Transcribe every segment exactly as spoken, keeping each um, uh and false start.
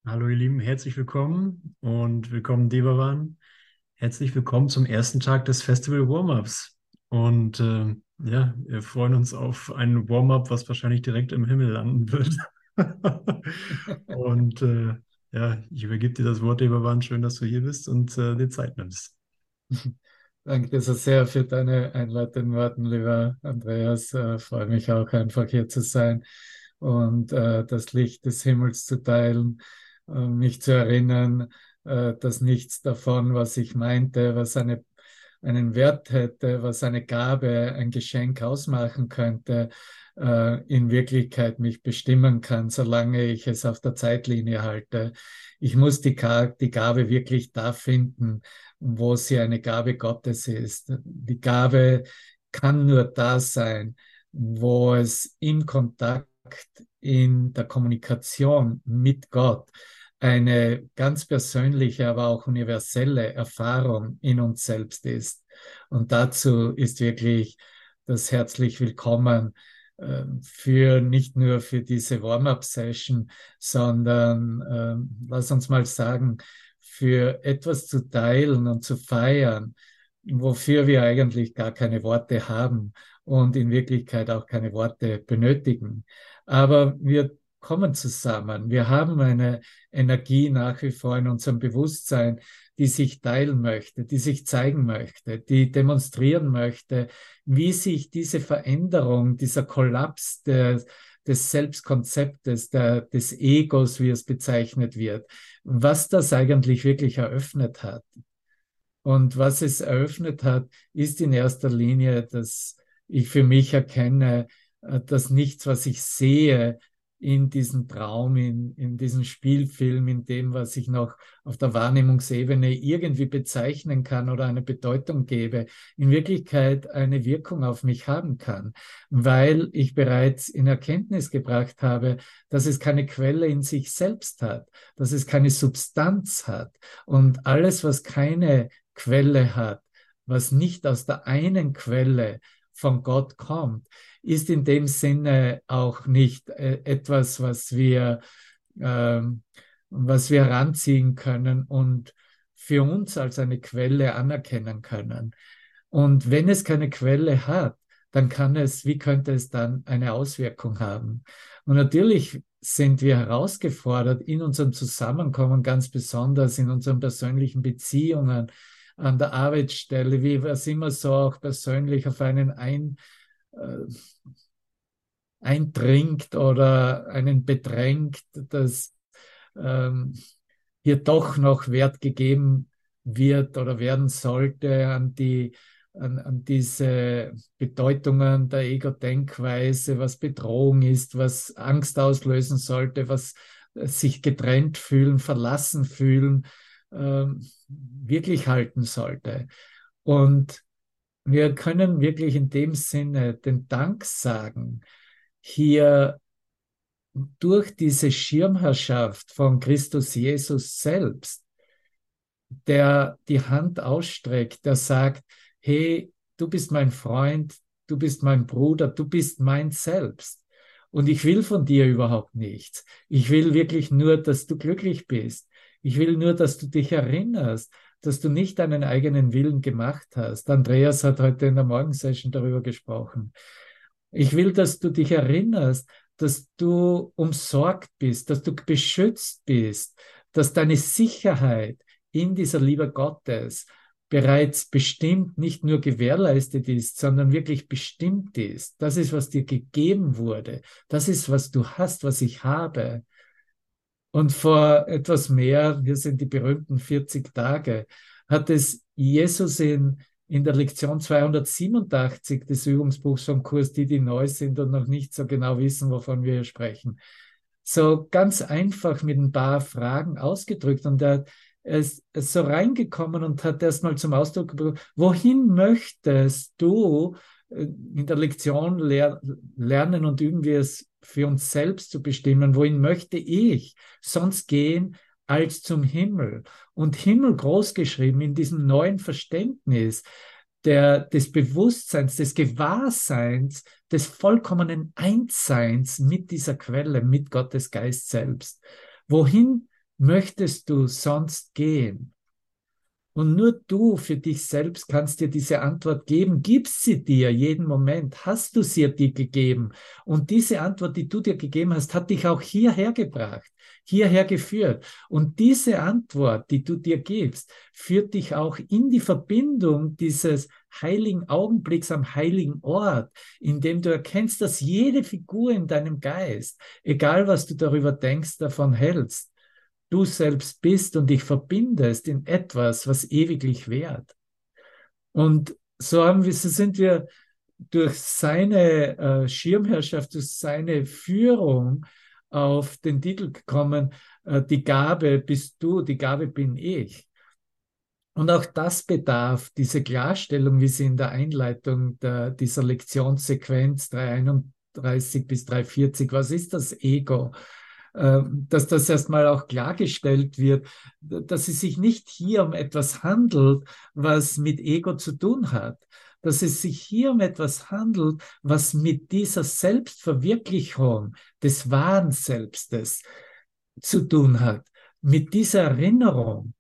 Hallo ihr Lieben, herzlich willkommen und willkommen Devavan. Herzlich willkommen zum ersten Tag des Festival Warm-Ups. Und äh, ja, wir freuen uns auf ein Warm-Up, was wahrscheinlich direkt im Himmel landen wird. Und äh, ja, ich übergebe dir das Wort, Devavan. Schön, dass du hier bist und äh, dir Zeit nimmst. Danke dir so sehr für deine einleitenden Worte, lieber Andreas. Äh, freue mich auch einfach hier zu sein und äh, das Licht des Himmels zu teilen, äh, mich zu erinnern, äh, dass nichts davon, was ich meinte, was eine, einen Wert hätte, was eine Gabe, ein Geschenk ausmachen könnte, äh, in Wirklichkeit mich bestimmen kann, solange ich es auf der Zeitlinie halte. Ich muss die, Ka die Gabe wirklich da finden, wo sie eine Gabe Gottes ist. Die Gabe kann nur da sein, wo es im Kontakt, in der Kommunikation mit Gott eine ganz persönliche, aber auch universelle Erfahrung in uns selbst ist. Und dazu ist wirklich das herzlich willkommen äh, für nicht nur für diese Warm-up-Session, sondern äh, lass uns mal sagen, für etwas zu teilen und zu feiern, wofür wir eigentlich gar keine Worte haben und in Wirklichkeit auch keine Worte benötigen. Aber wir kommen zusammen. Wir haben eine Energie nach wie vor in unserem Bewusstsein, die sich teilen möchte, die sich zeigen möchte, die demonstrieren möchte, wie sich diese Veränderung, dieser Kollaps der, des Selbstkonzeptes, der, des Egos, wie es bezeichnet wird, was das eigentlich wirklich eröffnet hat. Und was es eröffnet hat, ist in erster Linie, dass ich für mich erkenne, äh, dass nichts, was ich sehe in diesem Traum, in, in diesem Spielfilm, in dem, was ich noch auf der Wahrnehmungsebene irgendwie bezeichnen kann oder eine Bedeutung gebe, in Wirklichkeit eine Wirkung auf mich haben kann, weil ich bereits in Erkenntnis gebracht habe, dass es keine Quelle in sich selbst hat, dass es keine Substanz hat. Und alles, was keine Quelle hat, was nicht aus der einen Quelle von Gott kommt, ist in dem Sinne auch nicht äh, etwas, was wir, ähm, was wir heranziehen können und für uns als eine Quelle anerkennen können. Und wenn es keine Quelle hat, dann kann es, wie könnte es dann eine Auswirkung haben? Und natürlich sind wir herausgefordert in unserem Zusammenkommen, ganz besonders in unseren persönlichen Beziehungen, an der Arbeitsstelle, wie was immer so auch persönlich auf einen ein, äh, eindringt oder einen bedrängt, dass ähm, hier doch noch Wert gegeben wird oder werden sollte an die an, an diese Bedeutungen der Ego-Denkweise, was Bedrohung ist, was Angst auslösen sollte, was äh, sich getrennt fühlen, verlassen fühlen, ähm, wirklich halten sollte. Und wir können wirklich in dem Sinne den Dank sagen, hier durch diese Schirmherrschaft von Christus Jesus selbst, der die Hand ausstreckt, der sagt, hey, du bist mein Freund, du bist mein Bruder, du bist mein Selbst. Und ich will von dir überhaupt nichts. Ich will wirklich nur, dass du glücklich bist. Ich will nur, dass du dich erinnerst, dass du nicht deinen eigenen Willen gemacht hast. Andreas hat heute in der Morgensession darüber gesprochen. Ich will, dass du dich erinnerst, dass du umsorgt bist, dass du beschützt bist, dass deine Sicherheit in dieser Liebe Gottes bereits bestimmt, nicht nur gewährleistet ist, sondern wirklich bestimmt ist. Das ist, was dir gegeben wurde. Das ist, was du hast, was ich habe. Und vor etwas mehr, wir sind die berühmten vierzig Tage, hat es Jesus in, in der Lektion zweihundertsiebenundachtzig des Übungsbuchs vom Kurs, die, die neu sind und noch nicht so genau wissen, wovon wir hier sprechen, so ganz einfach mit ein paar Fragen ausgedrückt. Und er, er ist, ist so reingekommen und hat erstmal zum Ausdruck gebracht, wohin möchtest du äh, in der Lektion lehr lernen und üben wir es für uns selbst zu bestimmen, wohin möchte ich sonst gehen als zum Himmel? Und Himmel großgeschrieben in diesem neuen Verständnis der, des Bewusstseins, des Gewahrseins, des vollkommenen Einsseins mit dieser Quelle, mit Gottes Geist selbst. Wohin möchtest du sonst gehen? Und nur du für dich selbst kannst dir diese Antwort geben. Gibst sie dir jeden Moment. Hast du sie dir gegeben? Und diese Antwort, die du dir gegeben hast, hat dich auch hierher gebracht, hierher geführt. Und diese Antwort, die du dir gibst, führt dich auch in die Verbindung dieses heiligen Augenblicks am heiligen Ort, in dem du erkennst, dass jede Figur in deinem Geist, egal was du darüber denkst, davon hältst, du selbst bist und dich verbindest in etwas, was ewiglich währt. Und so, haben wir, so sind wir durch seine äh, Schirmherrschaft, durch seine Führung auf den Titel gekommen, äh, die Gabe bist du, die Gabe bin ich. Und auch das bedarf diese Klarstellung, wie sie in der Einleitung der, dieser Lektionssequenz dreihunderteinunddreißig bis dreihundertvierzig, was ist das Ego? Dass das erstmal auch klargestellt wird, dass es sich nicht hier um etwas handelt, was mit Ego zu tun hat, dass es sich hier um etwas handelt, was mit dieser Selbstverwirklichung des wahren Selbstes zu tun hat, mit dieser Erinnerung,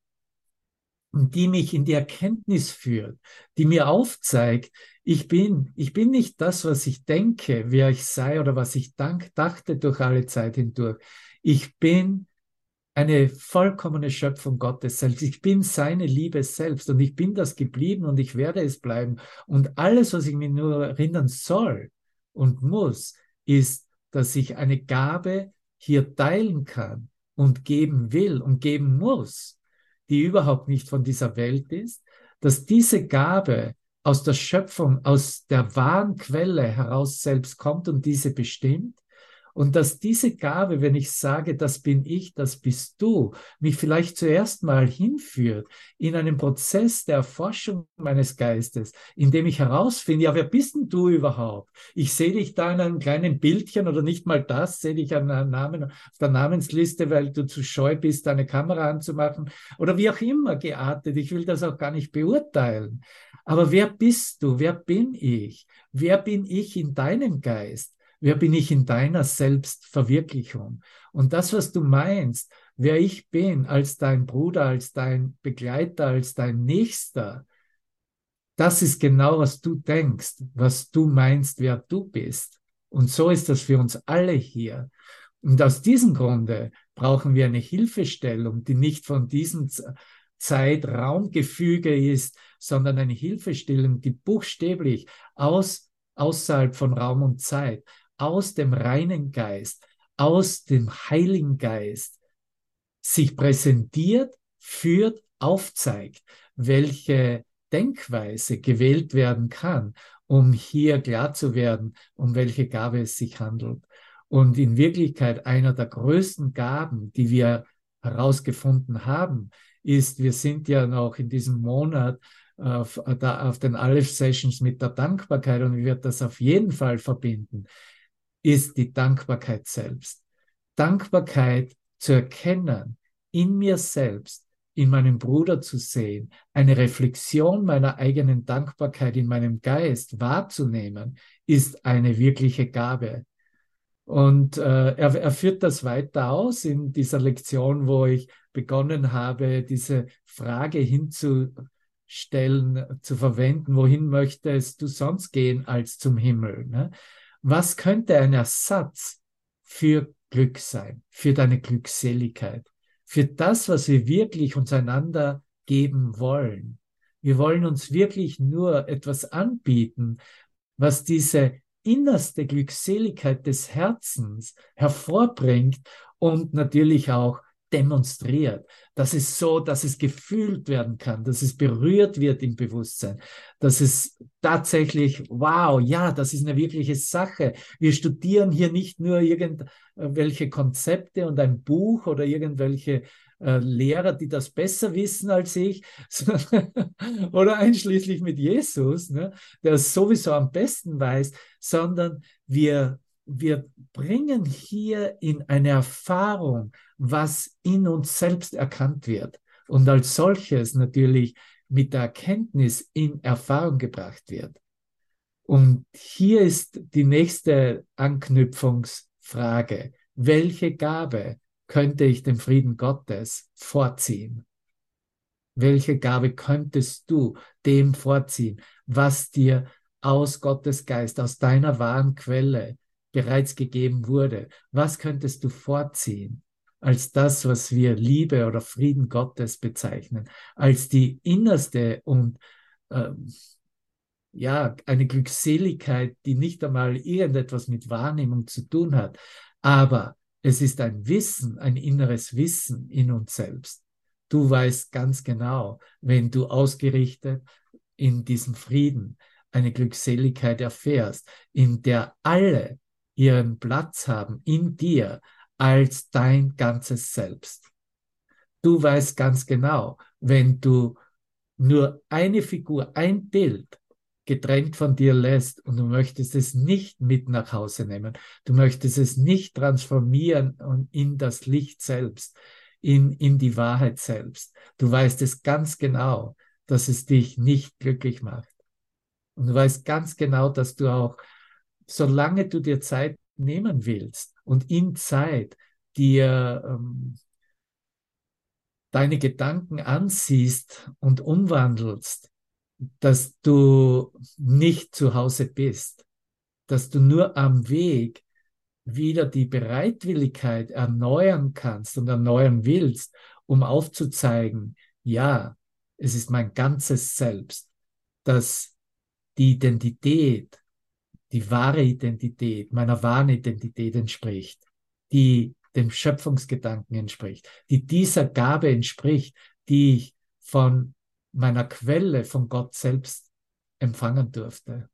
die mich in die Erkenntnis führt, die mir aufzeigt, ich bin, ich bin nicht das, was ich denke, wer ich sei oder was ich dank, dachte durch alle Zeit hindurch. Ich bin eine vollkommene Schöpfung Gottes selbst. Ich bin seine Liebe selbst und ich bin das geblieben und ich werde es bleiben. Und alles, was ich mir nur erinnern soll und muss, ist, dass ich eine Gabe hier teilen kann und geben will und geben muss, die überhaupt nicht von dieser Welt ist, dass diese Gabe aus der Schöpfung, aus der wahren Quelle heraus selbst kommt und diese bestimmt. Und dass diese Gabe, wenn ich sage, das bin ich, das bist du, mich vielleicht zuerst mal hinführt in einen Prozess der Erforschung meines Geistes, in dem ich herausfinde, ja, wer bist denn du überhaupt? Ich sehe dich da in einem kleinen Bildchen oder nicht mal das, sehe dich an einem Namen, auf der Namensliste, weil du zu scheu bist, deine Kamera anzumachen oder wie auch immer geartet. Ich will das auch gar nicht beurteilen. Aber wer bist du? Wer bin ich? Wer bin ich in deinem Geist? Wer bin ich in deiner Selbstverwirklichung? Und das, was du meinst, wer ich bin als dein Bruder, als dein Begleiter, als dein Nächster, das ist genau, was du denkst, was du meinst, wer du bist. Und so ist das für uns alle hier. Und aus diesem Grunde brauchen wir eine Hilfestellung, die nicht von diesem Zeitraumgefüge ist, sondern eine Hilfestellung, die buchstäblich aus, außerhalb von Raum und Zeit, aus dem reinen Geist, aus dem Heiligen Geist sich präsentiert, führt, aufzeigt, welche Denkweise gewählt werden kann, um hier klar zu werden, um welche Gabe es sich handelt. Und in Wirklichkeit einer der größten Gaben, die wir herausgefunden haben, ist, wir sind ja noch in diesem Monat auf, auf den Aleph-Sessions mit der Dankbarkeit und ich werde das auf jeden Fall verbinden, ist die Dankbarkeit selbst. Dankbarkeit zu erkennen, in mir selbst, in meinem Bruder zu sehen, eine Reflexion meiner eigenen Dankbarkeit in meinem Geist wahrzunehmen, ist eine wirkliche Gabe. Und äh, er, er führt das weiter aus in dieser Lektion, wo ich begonnen habe, diese Frage hinzustellen, zu verwenden, wohin möchtest du sonst gehen als zum Himmel? Ne? Was könnte ein Ersatz für Glück sein, für deine Glückseligkeit, für das, was wir wirklich uns einander geben wollen? Wir wollen uns wirklich nur etwas anbieten, was diese innerste Glückseligkeit des Herzens hervorbringt und natürlich auch demonstriert, dass es so, dass es gefühlt werden kann, dass es berührt wird im Bewusstsein, dass es tatsächlich, wow, ja, das ist eine wirkliche Sache. Wir studieren hier nicht nur irgendwelche Konzepte und ein Buch oder irgendwelche äh, Lehrer, die das besser wissen als ich, oder einschließlich mit Jesus, ne, der es sowieso am besten weiß, sondern wir wir bringen hier in eine Erfahrung, was in uns selbst erkannt wird und als solches natürlich mit der Erkenntnis in Erfahrung gebracht wird. Und hier ist die nächste Anknüpfungsfrage. Welche Gabe könnte ich den Frieden Gottes vorziehen? Welche Gabe könntest du dem vorziehen, was dir aus Gottes Geist, aus deiner wahren Quelle bereits gegeben wurde? Was könntest du vorziehen als das, was wir Liebe oder Frieden Gottes bezeichnen, als die innerste und ähm, ja, eine Glückseligkeit, die nicht einmal irgendetwas mit Wahrnehmung zu tun hat, aber es ist ein Wissen, ein inneres Wissen in uns selbst. Du weißt ganz genau, wenn du ausgerichtet in diesem Frieden eine Glückseligkeit erfährst, in der alle ihren Platz haben in dir als dein ganzes Selbst. Du weißt ganz genau, wenn du nur eine Figur, ein Bild getrennt von dir lässt und du möchtest es nicht mit nach Hause nehmen, du möchtest es nicht transformieren und in das Licht selbst, in, in die Wahrheit selbst. Du weißt es ganz genau, dass es dich nicht glücklich macht. Und du weißt ganz genau, dass du auch, solange du dir Zeit nehmen willst und in Zeit dir ähm, deine Gedanken ansiehst und umwandelst, dass du nicht zu Hause bist, dass du nur am Weg wieder die Bereitwilligkeit erneuern kannst und erneuern willst, um aufzuzeigen, ja, es ist mein ganzes Selbst, das die Identität, die wahre Identität, meiner wahren Identität entspricht, die dem Schöpfungsgedanken entspricht, die dieser Gabe entspricht, die ich von meiner Quelle, von Gott selbst empfangen durfte.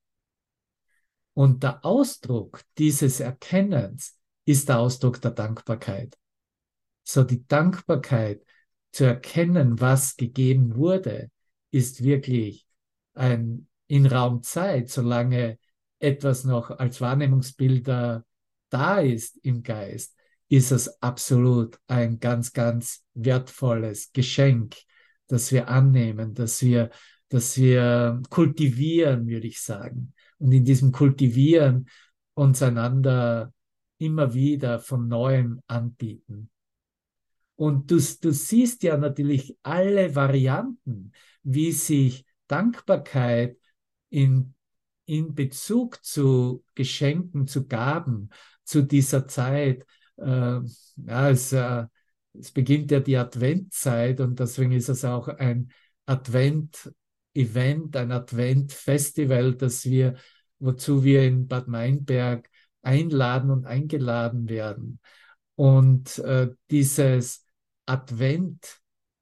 Und der Ausdruck dieses Erkennens ist der Ausdruck der Dankbarkeit. So die Dankbarkeit zu erkennen, was gegeben wurde, ist wirklich ein in Raum Zeit, solange etwas noch als Wahrnehmungsbilder da ist im Geist, ist es absolut ein ganz, ganz wertvolles Geschenk, das wir annehmen, das wir, das wir kultivieren, würde ich sagen. Und in diesem Kultivieren uns einander immer wieder von Neuem anbieten. Und du, du siehst ja natürlich alle Varianten, wie sich Dankbarkeit in, in Bezug zu Geschenken, zu Gaben, zu dieser Zeit, äh, ja, es, äh, es beginnt ja die Adventzeit und deswegen ist es auch ein Advent-Event, ein Advent-Festival, das wir, wozu wir in Bad Meinberg einladen und eingeladen werden. Und äh, dieses Advent,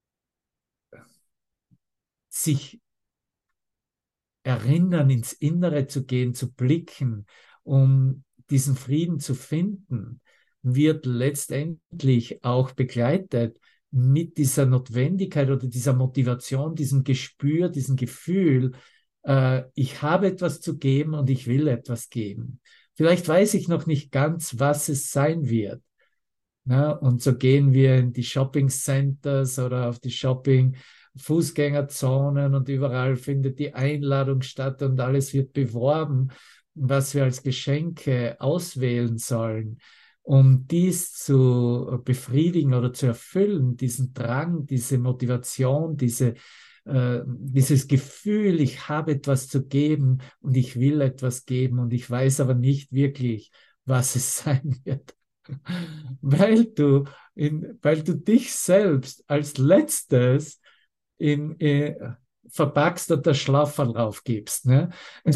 sich erinnern, ins Innere zu gehen, zu blicken, um diesen Frieden zu finden, wird letztendlich auch begleitet mit dieser Notwendigkeit oder dieser Motivation, diesem Gespür, diesem Gefühl, äh, ich habe etwas zu geben und ich will etwas geben. Vielleicht weiß ich noch nicht ganz, was es sein wird. Ja, und so gehen wir in die Shopping Centers oder auf die Shopping Fußgängerzonen und überall findet die Einladung statt und alles wird beworben, was wir als Geschenke auswählen sollen, um dies zu befriedigen oder zu erfüllen, diesen Drang, diese Motivation, diese, äh, dieses Gefühl, ich habe etwas zu geben und ich will etwas geben und ich weiß aber nicht wirklich, was es sein wird. Weil du, in, weil du dich selbst als letztes in, äh, verpackst und das Schlafferl raufgibst. Ne?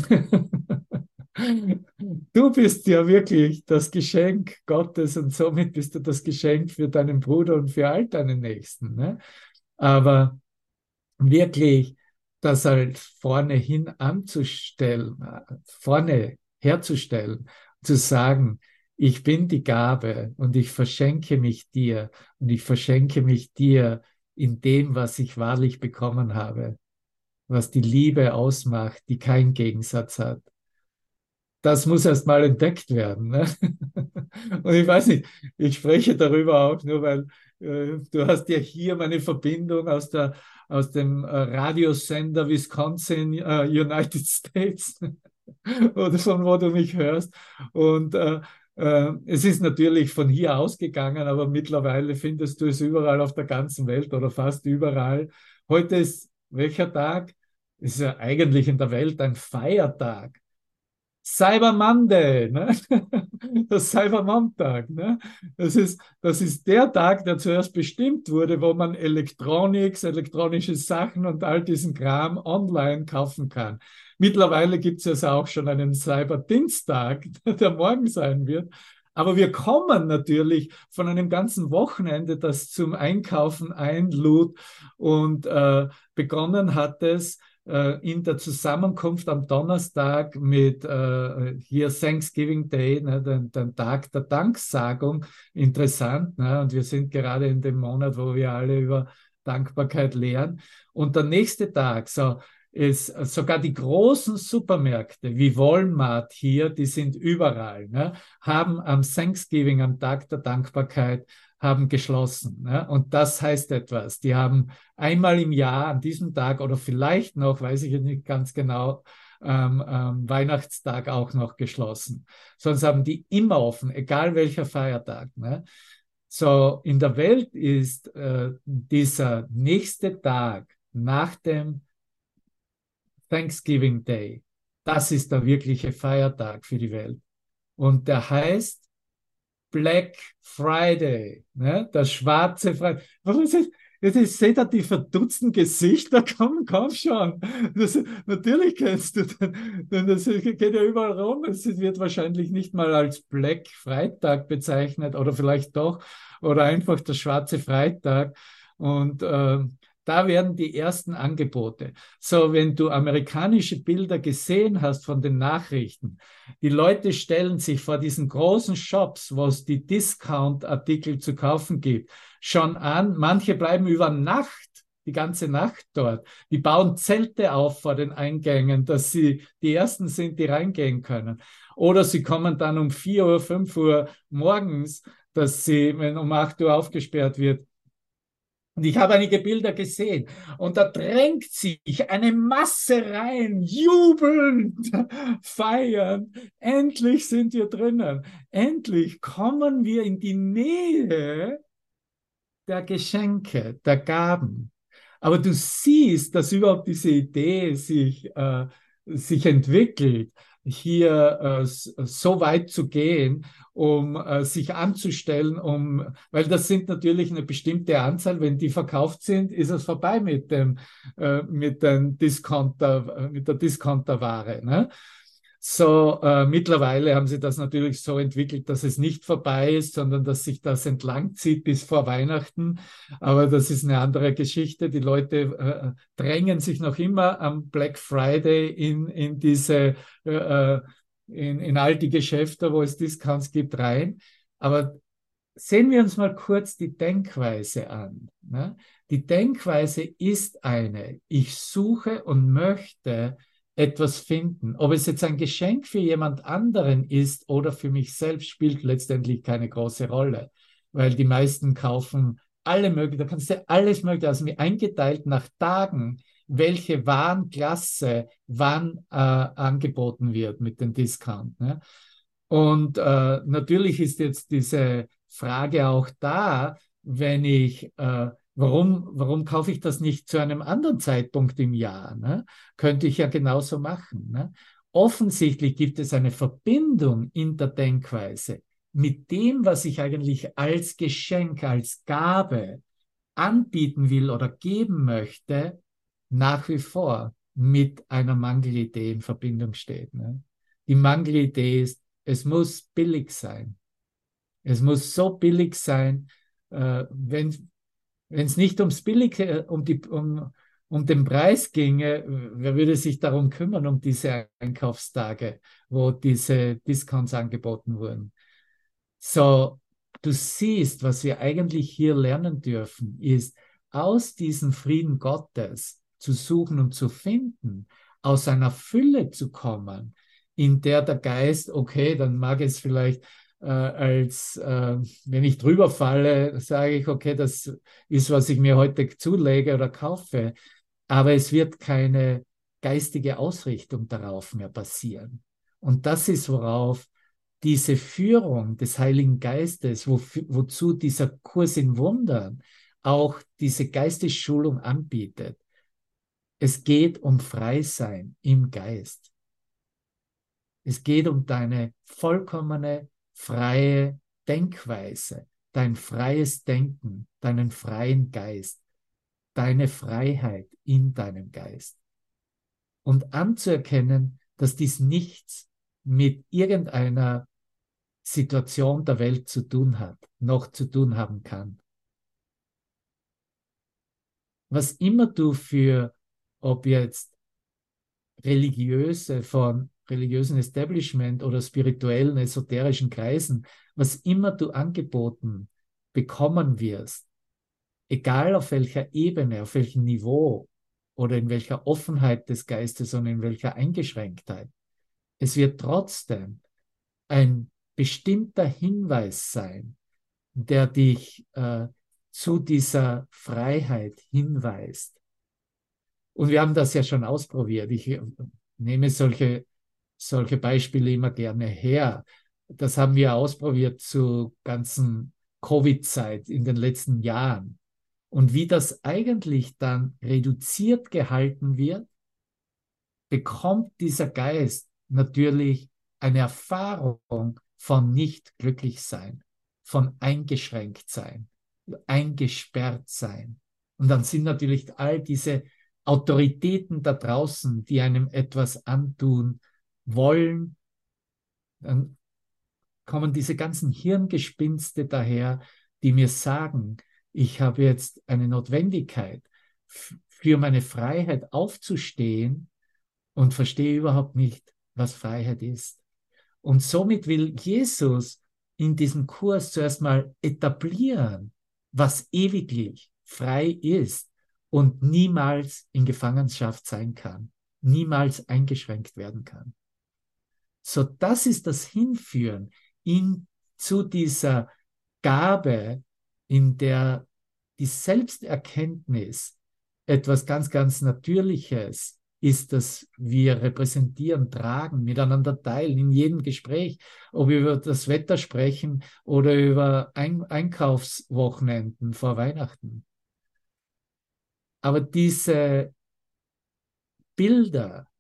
Du bist ja wirklich das Geschenk Gottes und somit bist du das Geschenk für deinen Bruder und für all deine Nächsten. Ne? Aber wirklich das halt vorne hin anzustellen, vorne herzustellen, zu sagen, ich bin die Gabe und ich verschenke mich dir und ich verschenke mich dir in dem, was ich wahrlich bekommen habe, was die Liebe ausmacht, die keinen Gegensatz hat. Das muss erst mal entdeckt werden. Ne? Und ich weiß nicht, ich spreche darüber auch nur, weil äh, du hast ja hier meine Verbindung aus der, aus dem äh, Radiosender Wisconsin, äh, United States, oder von wo du mich hörst. Und äh, Äh, es ist natürlich von hier ausgegangen, aber mittlerweile findest du es überall auf der ganzen Welt oder fast überall. Heute ist welcher Tag? Ist ja eigentlich in der Welt ein Feiertag. Cyber Monday, ne? Das Cyber Montag, ne? Das ist, das ist der Tag, der zuerst bestimmt wurde, wo man Electronics, elektronische Sachen und all diesen Kram online kaufen kann. Mittlerweile gibt es ja auch schon einen Cyber-Dienstag, der morgen sein wird. Aber wir kommen natürlich von einem ganzen Wochenende, das zum Einkaufen einlud und äh, begonnen hat es äh, in der Zusammenkunft am Donnerstag mit äh, hier Thanksgiving Day, ne, den, den Tag der Danksagung, interessant. Ne? Und wir sind gerade in dem Monat, wo wir alle über Dankbarkeit lehren. Und der nächste Tag, so ist sogar die großen Supermärkte wie Walmart hier, die sind überall, ne, haben am Thanksgiving, am Tag der Dankbarkeit, haben geschlossen. Ne? Und das heißt etwas. Die haben einmal im Jahr an diesem Tag oder vielleicht noch, weiß ich nicht ganz genau, ähm, ähm, Weihnachtstag auch noch geschlossen. Sonst haben die immer offen, egal welcher Feiertag. Ne? So, in der Welt ist äh, dieser nächste Tag nach dem Thanksgiving Day, das ist der wirkliche Feiertag für die Welt. Und der heißt Black Friday, ne? Der schwarze Freitag. Was ist das? Jetzt ist, seht ihr die verdutzten Gesichter? Komm, komm schon. Das, natürlich kennst du den, denn das geht ja überall rum. Es wird wahrscheinlich nicht mal als Black Freitag bezeichnet oder vielleicht doch oder einfach der schwarze Freitag. Und äh, da werden die ersten Angebote. So, wenn du amerikanische Bilder gesehen hast von den Nachrichten, die Leute stellen sich vor diesen großen Shops, wo es die Discount-Artikel zu kaufen gibt, schon an. Manche bleiben über Nacht, die ganze Nacht dort. Die bauen Zelte auf vor den Eingängen, dass sie die Ersten sind, die reingehen können. Oder sie kommen dann um vier Uhr, fünf Uhr morgens, dass sie, wenn um acht Uhr aufgesperrt wird. Und ich habe einige Bilder gesehen und da drängt sich eine Masse rein, jubelnd, feiern. Endlich sind wir drinnen. Endlich kommen wir in die Nähe der Geschenke, der Gaben. Aber du siehst, dass überhaupt diese Idee sich, äh, sich entwickelt, hier äh, so weit zu gehen, um äh, sich anzustellen, um, weil das sind natürlich eine bestimmte Anzahl, wenn die verkauft sind, ist es vorbei mit dem, äh, mit dem Discounter, äh, mit der Discounterware, ne? So, äh, mittlerweile haben sie das natürlich so entwickelt, dass es nicht vorbei ist, sondern dass sich das entlang zieht bis vor Weihnachten. Aber das ist eine andere Geschichte. Die Leute äh, drängen sich noch immer am Black Friday in, in diese, äh, in, in all die Geschäfte, wo es Discounts gibt, rein. Aber sehen wir uns mal kurz die Denkweise an. Ne? Die Denkweise ist eine, ich suche und möchte etwas finden. Ob es jetzt ein Geschenk für jemand anderen ist oder für mich selbst, spielt letztendlich keine große Rolle, weil die meisten kaufen alle möglichen, da kannst du alles mögliche, also mir eingeteilt nach Tagen, welche Warenklasse wann äh, angeboten wird mit dem Discount. Ne? Und äh, natürlich ist jetzt diese Frage auch da, wenn ich äh, Warum, warum kaufe ich das nicht zu einem anderen Zeitpunkt im Jahr? Ne? Könnte ich ja genauso machen. Ne? Offensichtlich gibt es eine Verbindung in der Denkweise mit dem, was ich eigentlich als Geschenk, als Gabe anbieten will oder geben möchte, nach wie vor mit einer Mangelidee in Verbindung steht. Ne? Die Mangelidee ist, es muss billig sein. Es muss so billig sein, äh, wenn wenn es nicht ums Billige, um, die, um, um den Preis ginge, wer würde sich darum kümmern, um diese Einkaufstage, wo diese Discounts angeboten wurden? So, du siehst, was wir eigentlich hier lernen dürfen, ist, aus diesem Frieden Gottes zu suchen und zu finden, aus einer Fülle zu kommen, in der der Geist, okay, dann mag es vielleicht äh, als, äh, wenn ich drüber falle, sage ich, okay, das ist, was ich mir heute zulege oder kaufe, aber es wird keine geistige Ausrichtung darauf mehr passieren. Und das ist, worauf diese Führung des Heiligen Geistes, wo, wozu dieser Kurs in Wundern auch diese Geistesschulung anbietet. Es geht um Freisein im Geist. Es geht um deine vollkommene freie Denkweise, dein freies Denken, deinen freien Geist, deine Freiheit in deinem Geist. Und anzuerkennen, dass dies nichts mit irgendeiner Situation der Welt zu tun hat, noch zu tun haben kann. Was immer du für, ob jetzt religiöse, von religiösen Establishment oder spirituellen, esoterischen Kreisen, was immer du angeboten bekommen wirst, egal auf welcher Ebene, auf welchem Niveau oder in welcher Offenheit des Geistes und in welcher Eingeschränktheit, es wird trotzdem ein bestimmter Hinweis sein, der dich äh, zu dieser Freiheit hinweist. Und wir haben das ja schon ausprobiert. Ich äh, nehme solche, solche Beispiele immer gerne her. Das haben wir ausprobiert zur ganzen Covid-Zeit in den letzten Jahren. Und wie das eigentlich dann reduziert gehalten wird, bekommt dieser Geist natürlich eine Erfahrung von nicht glücklich sein, von eingeschränkt sein, eingesperrt sein. Und dann sind natürlich all diese Autoritäten da draußen, die einem etwas antun wollen, dann kommen diese ganzen Hirngespinste daher, die mir sagen, ich habe jetzt eine Notwendigkeit, für meine Freiheit aufzustehen und verstehe überhaupt nicht, was Freiheit ist. Und somit will Jesus in diesem Kurs zuerst mal etablieren, was ewiglich frei ist und niemals in Gefangenschaft sein kann, niemals eingeschränkt werden kann. So, das ist das Hinführen in, zu dieser Gabe, in der die Selbsterkenntnis etwas ganz, ganz Natürliches ist, das wir repräsentieren, tragen, miteinander teilen, in jedem Gespräch, ob wir über das Wetter sprechen oder über Ein- Einkaufswochenenden vor Weihnachten. Aber diese Bilder,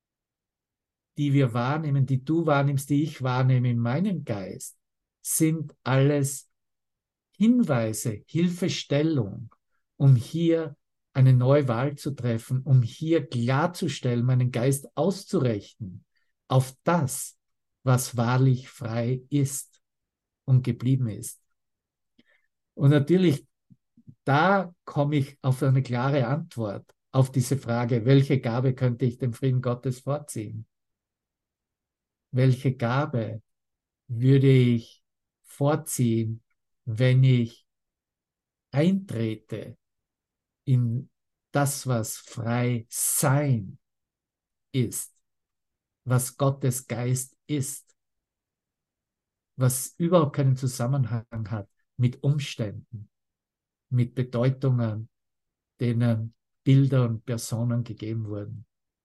die wir wahrnehmen, die du wahrnimmst, die ich wahrnehme in meinem Geist, sind alles Hinweise, Hilfestellung, um hier eine neue Wahl zu treffen, um hier klarzustellen, meinen Geist auszurichten auf das, was wahrlich frei ist und geblieben ist. Und natürlich, da komme ich auf eine klare Antwort auf diese Frage, welche Gabe könnte ich dem Frieden Gottes vorziehen? Welche Gabe würde ich vorziehen, wenn ich eintrete in das, was frei sein ist, was Gottes Geist ist, was überhaupt keinen Zusammenhang hat mit Umständen, mit Bedeutungen, denen Bilder und Personen gegeben wurden.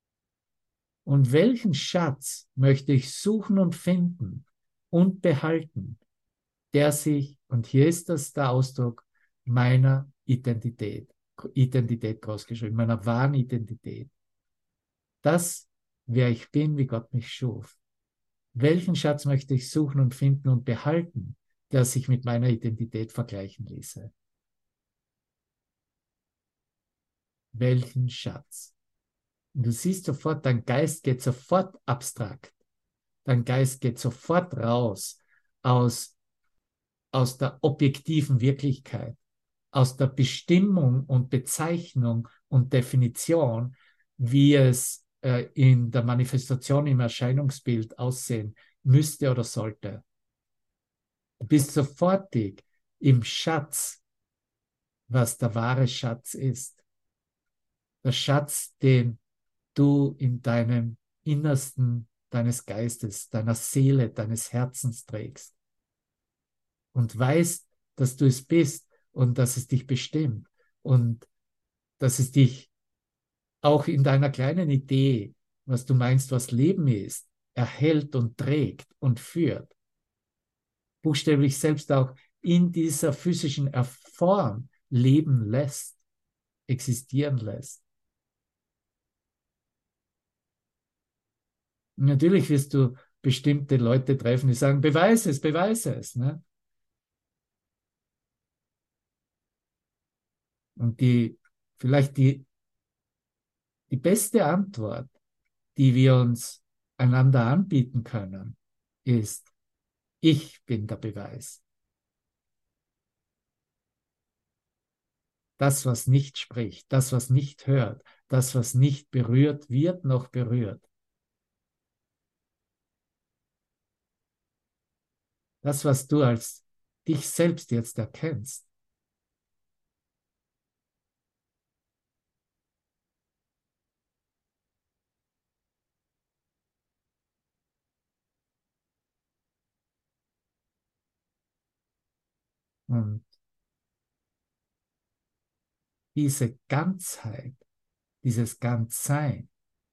Und welchen Schatz möchte ich suchen und finden und behalten, der sich, und hier ist das der Ausdruck, meiner Identität, Identität großgeschrieben, meiner wahren Identität. Das, wer ich bin, wie Gott mich schuf. Welchen Schatz möchte ich suchen und finden und behalten, der sich mit meiner Identität vergleichen ließe? Welchen Schatz? Und du siehst sofort, dein Geist geht sofort abstrakt. Dein Geist geht sofort raus aus, aus der objektiven Wirklichkeit, aus der Bestimmung und Bezeichnung und Definition, wie es äh, in der Manifestation im Erscheinungsbild aussehen müsste oder sollte. Du bist sofortig im Schatz, was der wahre Schatz ist. Der Schatz, den du in deinem Innersten deines Geistes, deiner Seele, deines Herzens trägst und weißt, dass du es bist und dass es dich bestimmt und dass es dich auch in deiner kleinen Idee, was du meinst, was Leben ist, erhält und trägt und führt. buchstäblich selbst auch in dieser physischen Form leben lässt, existieren lässt. Und natürlich wirst du bestimmte Leute treffen, die sagen, beweise es, beweise es. Ne? Und die, vielleicht die, die beste Antwort, die wir uns einander anbieten können, ist, ich bin der Beweis. Das, was nicht spricht, das, was nicht hört, das, was nicht berührt, wird noch berührt. Das, was du als dich selbst jetzt erkennst, und diese Ganzheit, dieses Ganzsein,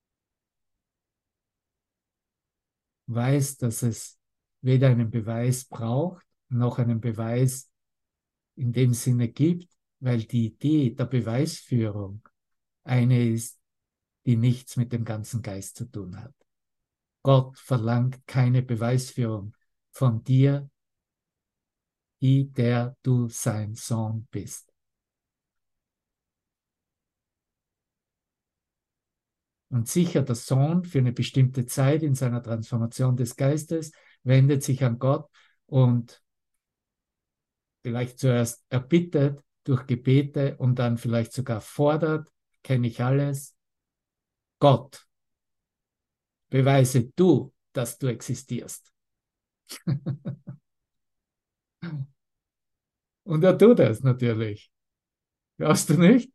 weiß, dass es weder einen Beweis braucht, noch einen Beweis in dem Sinne gibt, weil die Idee der Beweisführung eine ist, die nichts mit dem ganzen Geist zu tun hat. Gott verlangt keine Beweisführung von dir, die der du sein Sohn bist. Und sicher, der Sohn für eine bestimmte Zeit in seiner Transformation des Geistes wendet sich an Gott und vielleicht zuerst erbittet durch Gebete und dann vielleicht sogar fordert, kenne ich alles, Gott, beweise du, dass du existierst. Und er tut es natürlich. Glaubst du nicht?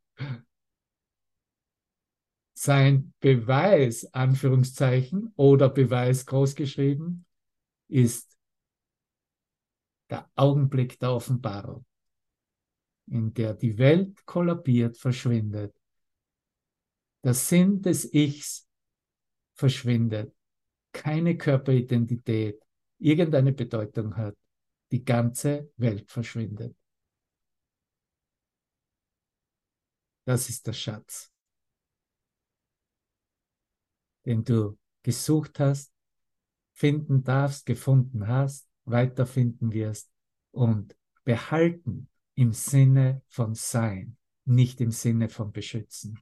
Sein Beweis, Anführungszeichen, oder Beweis großgeschrieben, ist der Augenblick der Offenbarung, in der die Welt kollabiert, verschwindet. Der Sinn des Ichs verschwindet. Keine Körperidentität irgendeine Bedeutung hat. Die ganze Welt verschwindet. Das ist der Schatz, den du gesucht hast, finden darfst, gefunden hast, weiterfinden wirst und behalten im Sinne von Sein, nicht im Sinne von Beschützen.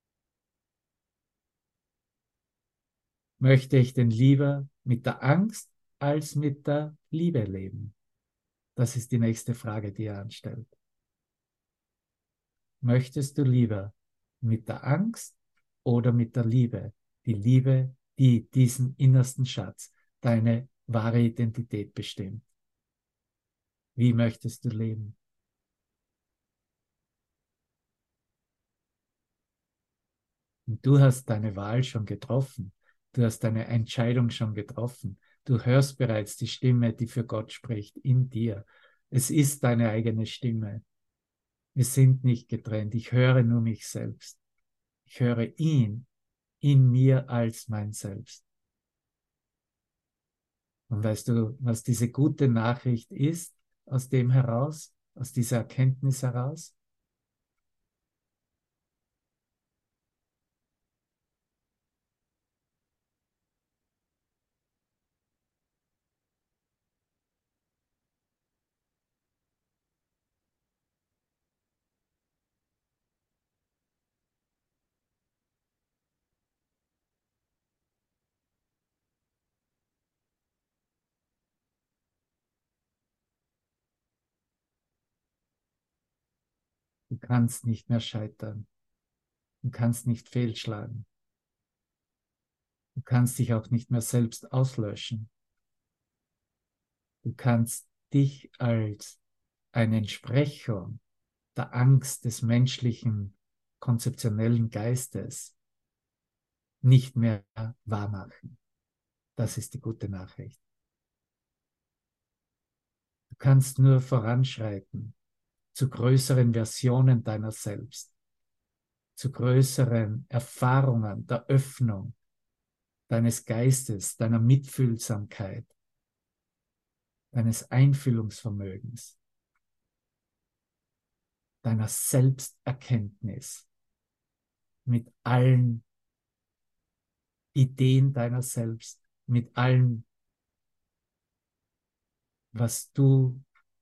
Möchte ich denn lieber mit der Angst als mit der Liebe leben? Das ist die nächste Frage, die er anstellt. Möchtest du lieber mit der Angst oder mit der Liebe? Die Liebe, die diesen innersten Schatz, deine wahre Identität bestimmt. Wie möchtest du leben? Und du hast deine Wahl schon getroffen. Du hast deine Entscheidung schon getroffen. Du hörst bereits die Stimme, die für Gott spricht, in dir. Es ist deine eigene Stimme. Wir sind nicht getrennt. Ich höre nur mich selbst. Ich höre ihn in mir als mein Selbst. Und weißt du, was diese gute Nachricht ist, aus dem heraus, aus dieser Erkenntnis heraus? Du kannst nicht mehr scheitern. Du kannst nicht fehlschlagen. Du kannst dich auch nicht mehr selbst auslöschen. Du kannst dich als eine Entsprechung der Angst des menschlichen, konzeptionellen Geistes nicht mehr wahrmachen. Das ist die gute Nachricht. Du kannst nur voranschreiten zu größeren Versionen deiner selbst, zu größeren Erfahrungen der Öffnung deines Geistes, deiner Mitfühlsamkeit, deines Einfühlungsvermögens, deiner Selbsterkenntnis mit allen Ideen deiner selbst, mit allem, was du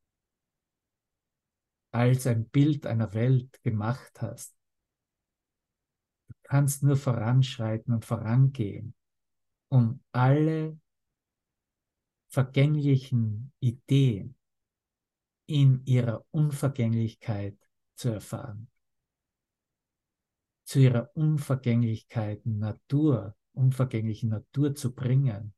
als ein Bild einer Welt gemacht hast. Du kannst nur voranschreiten und vorangehen, um alle vergänglichen Ideen in ihrer Unvergänglichkeit zu erfahren, zu ihrer Unvergänglichkeit Natur, unvergänglichen Natur zu bringen.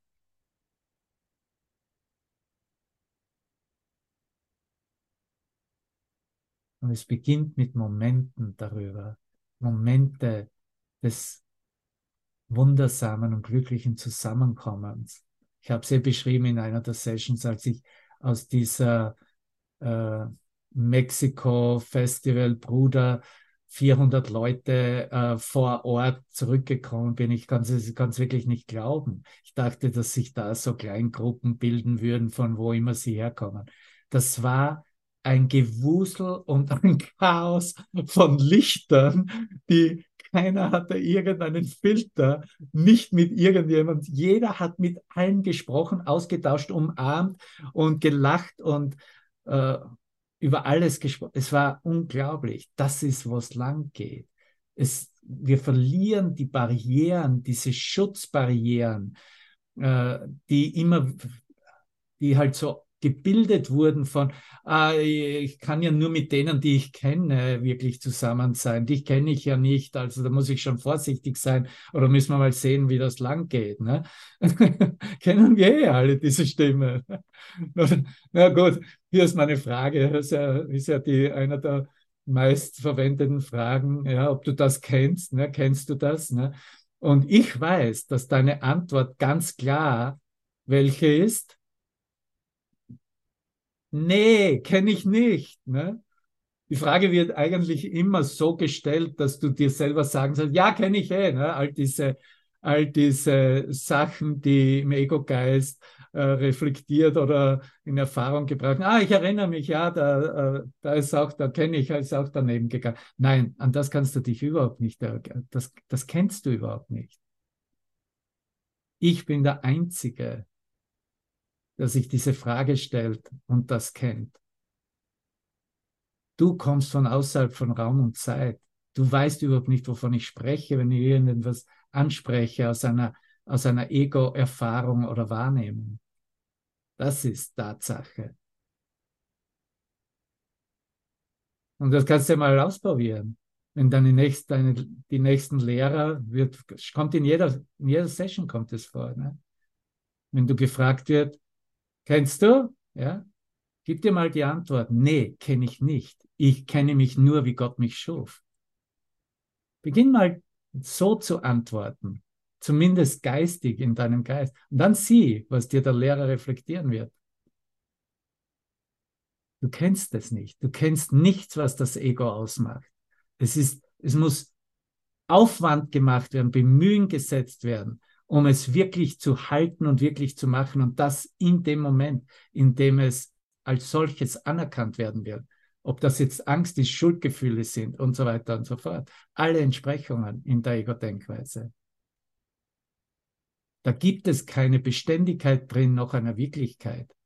Und es beginnt mit Momenten darüber, Momente des wundersamen und glücklichen Zusammenkommens. Ich habe es ja beschrieben in einer der Sessions, als ich aus dieser äh, Mexiko-Festival Bruder vierhundert Leute äh, vor Ort zurückgekommen bin. Ich kann es wirklich nicht glauben. Ich dachte, dass sich da so Kleingruppen bilden würden, von wo immer sie herkommen. Das war ein Gewusel und ein Chaos von Lichtern, die keiner hatte irgendeinen Filter, nicht mit irgendjemand. Jeder hat mit allen gesprochen, ausgetauscht, umarmt und gelacht und äh, über alles gesprochen. Es war unglaublich. Das ist, wo es lang geht. Es, wir verlieren die Barrieren, diese Schutzbarrieren, äh, die immer, die halt so gebildet wurden von, ah, ich kann ja nur mit denen, die ich kenne, wirklich zusammen sein. Dich kenne ich ja nicht, also da muss ich schon vorsichtig sein oder müssen wir mal sehen, wie das lang geht. Ne? Kennen wir eh alle diese Stimme. Na gut, hier ist meine Frage. Das ist ja, ist ja die, einer der meistverwendeten Fragen, ja, ob du das kennst. Ne? Kennst du das? Ne? Und ich weiß, dass deine Antwort ganz klar welche ist. Nee, kenne ich nicht. Ne? Die Frage wird eigentlich immer so gestellt, dass du dir selber sagen sollst, ja, kenne ich eh. Ne? All diese, all diese Sachen, die im Ego-Geist äh, reflektiert oder in Erfahrung gebracht. Ah, ich erinnere mich, ja, da, äh, da ist auch, da kenne ich, ist auch daneben gegangen. Nein, an das kannst du dich überhaupt nicht, äh, das, das kennst du überhaupt nicht. Ich bin der Einzige, der sich diese Frage stellt und das kennt. Du kommst von außerhalb von Raum und Zeit. Du weißt überhaupt nicht, wovon ich spreche, wenn ich irgendetwas anspreche aus einer, aus einer Ego-Erfahrung oder Wahrnehmung. Das ist Tatsache. Und das kannst du ja mal ausprobieren. Wenn dann die nächsten, deine, die nächsten Lehrer wird, kommt in jeder, in jeder Session kommt es vor. Ne? Wenn du gefragt wird, kennst du? Ja, gib dir mal die Antwort. Nee, kenne ich nicht. Ich kenne mich nur, wie Gott mich schuf. Beginn mal so zu antworten, zumindest geistig in deinem Geist. Und dann sieh, was dir der Lehrer reflektieren wird. Du kennst es nicht. Du kennst nichts, was das Ego ausmacht. Es ist, es muss Aufwand gemacht werden, Bemühen gesetzt werden, um es wirklich zu halten und wirklich zu machen. Und das in dem Moment, in dem es als solches anerkannt werden wird. Ob das jetzt Angst ist, Schuldgefühle sind und so weiter und so fort. Alle Entsprechungen in der Ego-Denkweise. Da gibt es keine Beständigkeit drin, noch einer Wirklichkeit.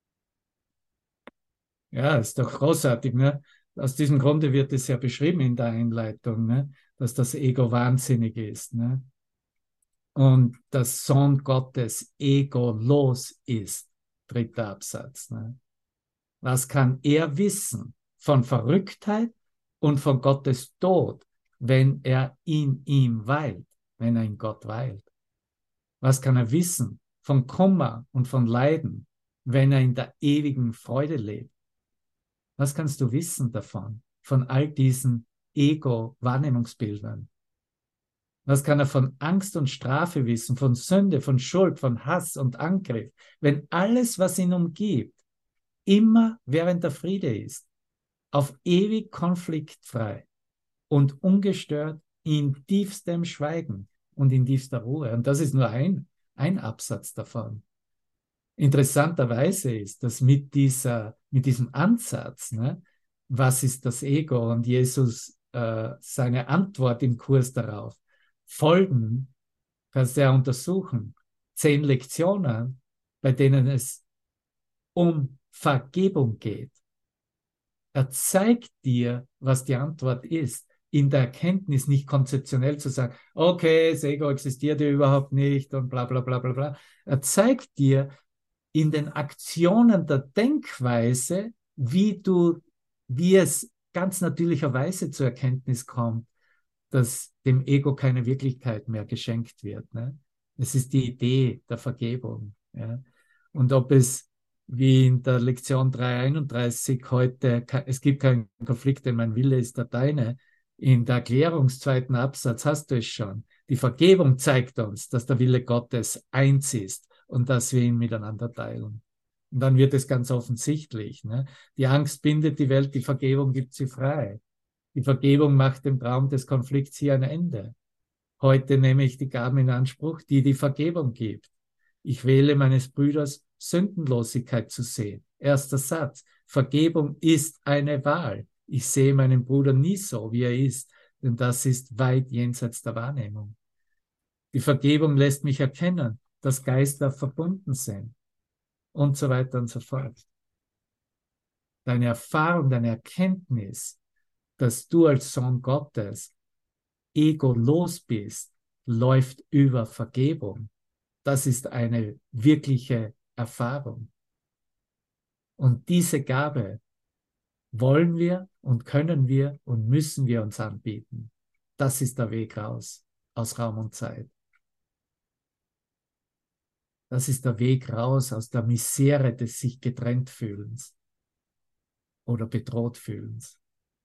Ja, ist doch großartig, ne? Aus diesem Grunde wird es ja beschrieben in der Einleitung, ne? Dass das Ego wahnsinnig ist, ne? Und das Sohn Gottes egolos ist, dritter Absatz. Ne? Was kann er wissen von Verrücktheit und von Gottes Tod, wenn er in ihm weilt, wenn er in Gott weilt? Was kann er wissen von Kummer und von Leiden, wenn er in der ewigen Freude lebt? Was kannst du wissen davon, von all diesen Ego-Wahrnehmungsbildern? Was kann er von Angst und Strafe wissen, von Sünde, von Schuld, von Hass und Angriff, wenn alles, was ihn umgibt, immer während der Friede ist, auf ewig konfliktfrei und ungestört in tiefstem Schweigen und in tiefster Ruhe. Und das ist nur ein, ein Absatz davon. interessanterweise ist, dass mit, dieser, mit diesem Ansatz, ne, was ist das Ego, und Jesus äh, seine Antwort im Kurs darauf, folgen, kannst du ja untersuchen, zehn Lektionen, bei denen es um Vergebung geht. Er zeigt dir, was die Antwort ist, in der Erkenntnis, nicht konzeptionell zu sagen, okay, das Ego existiert ja überhaupt nicht und bla bla bla bla bla. Er zeigt dir in den Aktionen der Denkweise, wie du, wie es ganz natürlicherweise zur Erkenntnis kommt, dass dem Ego keine Wirklichkeit mehr geschenkt wird. Ne? Es ist die Idee der Vergebung. Ja? Und ob es wie in der Lektion dreihunderteinunddreißig heute, es gibt keinen Konflikt, denn mein Wille ist der deine. In der Erklärungszweiten Absatz hast du es schon. Die Vergebung zeigt uns, dass der Wille Gottes eins ist und dass wir ihn miteinander teilen. Und dann wird es ganz offensichtlich. Ne? Die Angst bindet die Welt, die Vergebung gibt sie frei. Die Vergebung macht dem Traum des Konflikts hier ein Ende. Heute nehme ich die Gaben in Anspruch, die die Vergebung gibt. Ich wähle meines Brüders Sündenlosigkeit zu sehen. Erster Satz. Vergebung ist eine Wahl. Ich sehe meinen Bruder nie so, wie er ist, denn das ist weit jenseits der Wahrnehmung. Die Vergebung lässt mich erkennen, dass Geister verbunden sind und so weiter und so fort. Deine Erfahrung, deine Erkenntnis, dass du als Sohn Gottes egolos bist, läuft über Vergebung. Das ist eine wirkliche Erfahrung. Und diese Gabe wollen wir und können wir und müssen wir uns anbieten. Das ist der Weg raus aus Raum und Zeit. Das ist der Weg raus aus der Misere des sich getrennt fühlens oder bedroht fühlens.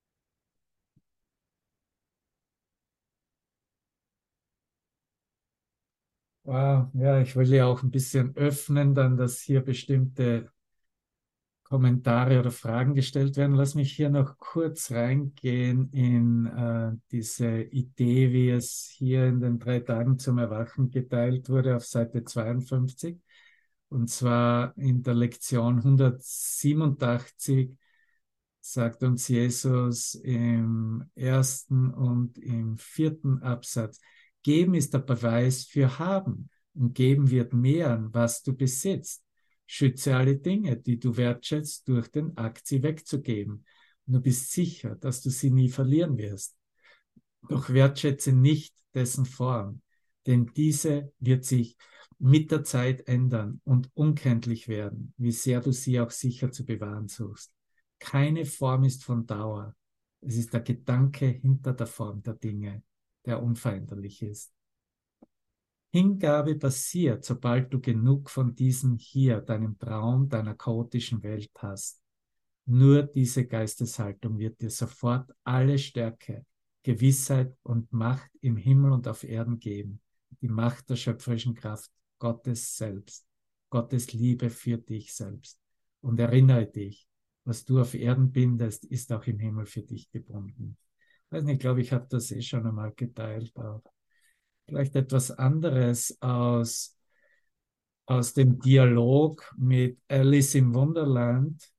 Wow, ja, ich will ja auch ein bisschen öffnen, dann, dass hier bestimmte Kommentare oder Fragen gestellt werden. Lass mich hier noch kurz reingehen in äh, diese Idee, wie es hier in den drei Tagen zum Erwachen geteilt wurde, auf Seite zweiundfünfzig. Und zwar in der Lektion hundertsiebenundachtzig sagt uns Jesus im ersten und im vierten Absatz, geben ist der Beweis für haben und geben wird mehren, was du besitzt. Schütze alle Dinge, die du wertschätzt, durch den Akt, sie wegzugeben. Und du bist sicher, dass du sie nie verlieren wirst. Doch wertschätze nicht dessen Form, denn diese wird sich mit der Zeit ändern und unkenntlich werden, wie sehr du sie auch sicher zu bewahren suchst. Keine Form ist von Dauer. Es ist der Gedanke hinter der Form der Dinge, der unveränderlich ist. Hingabe passiert, sobald du genug von diesem hier, deinem Traum, deiner chaotischen Welt hast. Nur diese Geisteshaltung wird dir sofort alle Stärke, Gewissheit und Macht im Himmel und auf Erden geben. Die Macht der schöpferischen Kraft Gottes selbst, Gottes Liebe für dich selbst. Und erinnere dich, was du auf Erden bindest, ist auch im Himmel für dich gebunden. Ich weiß nicht, ich glaube, ich habe das eh schon einmal geteilt. Auch. Vielleicht etwas anderes aus, aus dem Dialog mit Alice im Wunderland.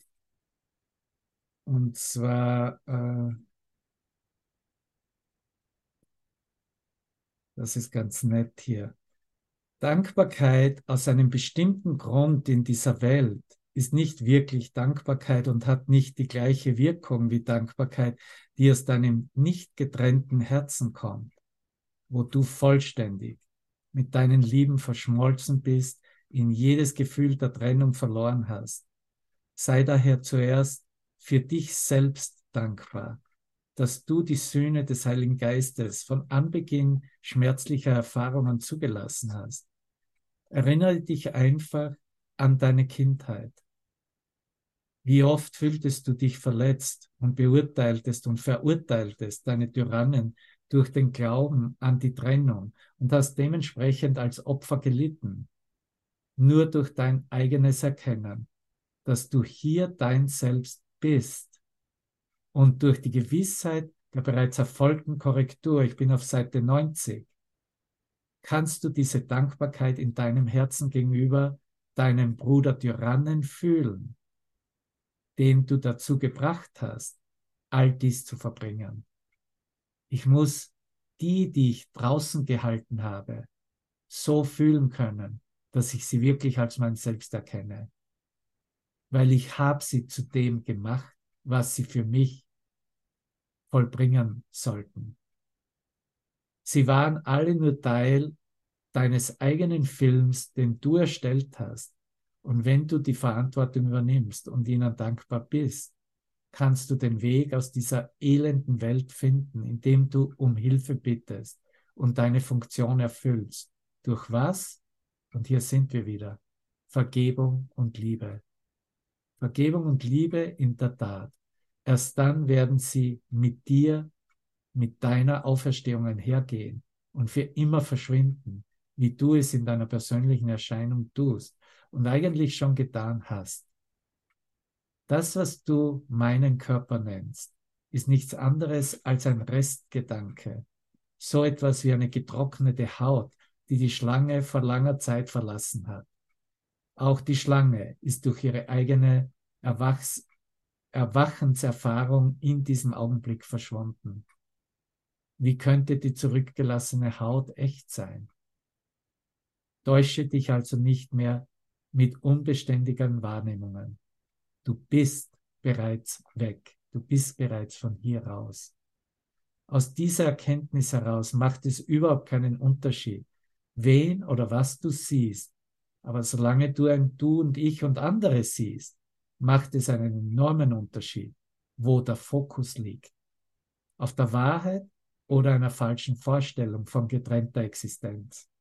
Und zwar, äh, das ist ganz nett hier. Dankbarkeit aus einem bestimmten Grund in dieser Welt ist nicht wirklich Dankbarkeit und hat nicht die gleiche Wirkung wie Dankbarkeit, die aus deinem nicht getrennten Herzen kommt, wo du vollständig mit deinen Lieben verschmolzen bist, in jedes Gefühl der Trennung verloren hast. Sei daher zuerst für dich selbst dankbar, dass du die Söhne des Heiligen Geistes von Anbeginn schmerzlicher Erfahrungen zugelassen hast. Erinnere dich einfach an deine Kindheit. Wie oft fühltest du dich verletzt und beurteiltest und verurteiltest deine Tyrannen durch den Glauben an die Trennung und hast dementsprechend als Opfer gelitten. Nur durch dein eigenes Erkennen, dass du hier dein Selbst bist und durch die Gewissheit der bereits erfolgten Korrektur, ich bin auf Seite neunzig, kannst du diese Dankbarkeit in deinem Herzen gegenüber deinen Bruder Tyrannen fühlen, den du dazu gebracht hast, all dies zu verbringen. Ich muss die, die ich draußen gehalten habe, so fühlen können, dass ich sie wirklich als mein Selbst erkenne. Weil ich habe sie zu dem gemacht, was sie für mich vollbringen sollten. Sie waren alle nur Teil deines eigenen Films, den du erstellt hast. Und wenn du die Verantwortung übernimmst und ihnen dankbar bist, kannst du den Weg aus dieser elenden Welt finden, indem du um Hilfe bittest und deine Funktion erfüllst. Durch was? Und hier sind wir wieder. Vergebung und Liebe. Vergebung und Liebe in der Tat. Erst dann werden sie mit dir, mit deiner Auferstehung einhergehen und für immer verschwinden, wie du es in deiner persönlichen Erscheinung tust und eigentlich schon getan hast. Das, was du meinen Körper nennst, ist nichts anderes als ein Restgedanke. So etwas wie eine getrocknete Haut, die die Schlange vor langer Zeit verlassen hat. Auch die Schlange ist durch ihre eigene Erwachs Erwachenserfahrung in diesem Augenblick verschwunden. Wie könnte die zurückgelassene Haut echt sein? Täusche dich also nicht mehr mit unbeständigen Wahrnehmungen. Du bist bereits weg. Du bist bereits von hier raus. Aus dieser Erkenntnis heraus macht es überhaupt keinen Unterschied, wen oder was du siehst. Aber solange du ein Du und Ich und andere siehst, macht es einen enormen Unterschied, wo der Fokus liegt. Auf der Wahrheit oder einer falschen Vorstellung von getrennter Existenz.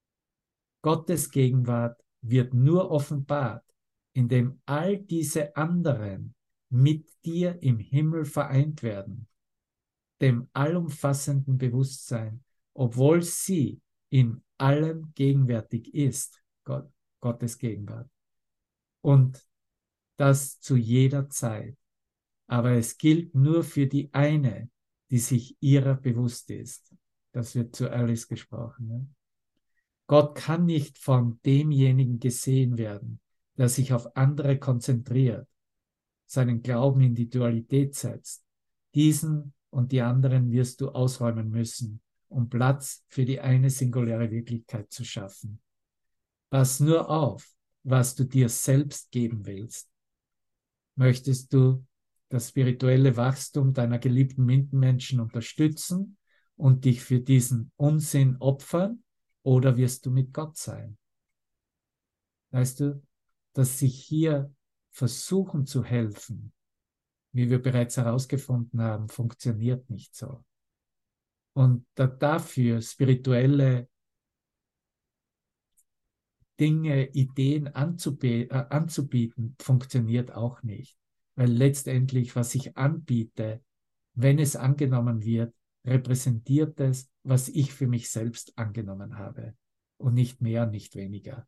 Gottes Gegenwart wird nur offenbart, indem all diese anderen mit dir im Himmel vereint werden, dem allumfassenden Bewusstsein, obwohl sie in allem gegenwärtig ist, Gott, Gottes Gegenwart. Und das zu jeder Zeit. Aber es gilt nur für die eine, die sich ihrer bewusst ist. Das wird zu Alice gesprochen. Ne? Gott kann nicht von demjenigen gesehen werden, der sich auf andere konzentriert, seinen Glauben in die Dualität setzt. Diesen und die anderen wirst du ausräumen müssen, um Platz für die eine singuläre Wirklichkeit zu schaffen. Pass nur auf, was du dir selbst geben willst. Möchtest du das spirituelle Wachstum deiner geliebten Mitmenschen unterstützen und dich für diesen Unsinn opfern, oder wirst du mit Gott sein? Weißt du, dass sich hier versuchen zu helfen, wie wir bereits herausgefunden haben, funktioniert nicht so. Und da dafür spirituelle Dinge, Ideen anzub- äh, anzubieten, funktioniert auch nicht. Weil letztendlich, was ich anbiete, wenn es angenommen wird, repräsentiert es, was ich für mich selbst angenommen habe. Und nicht mehr, nicht weniger.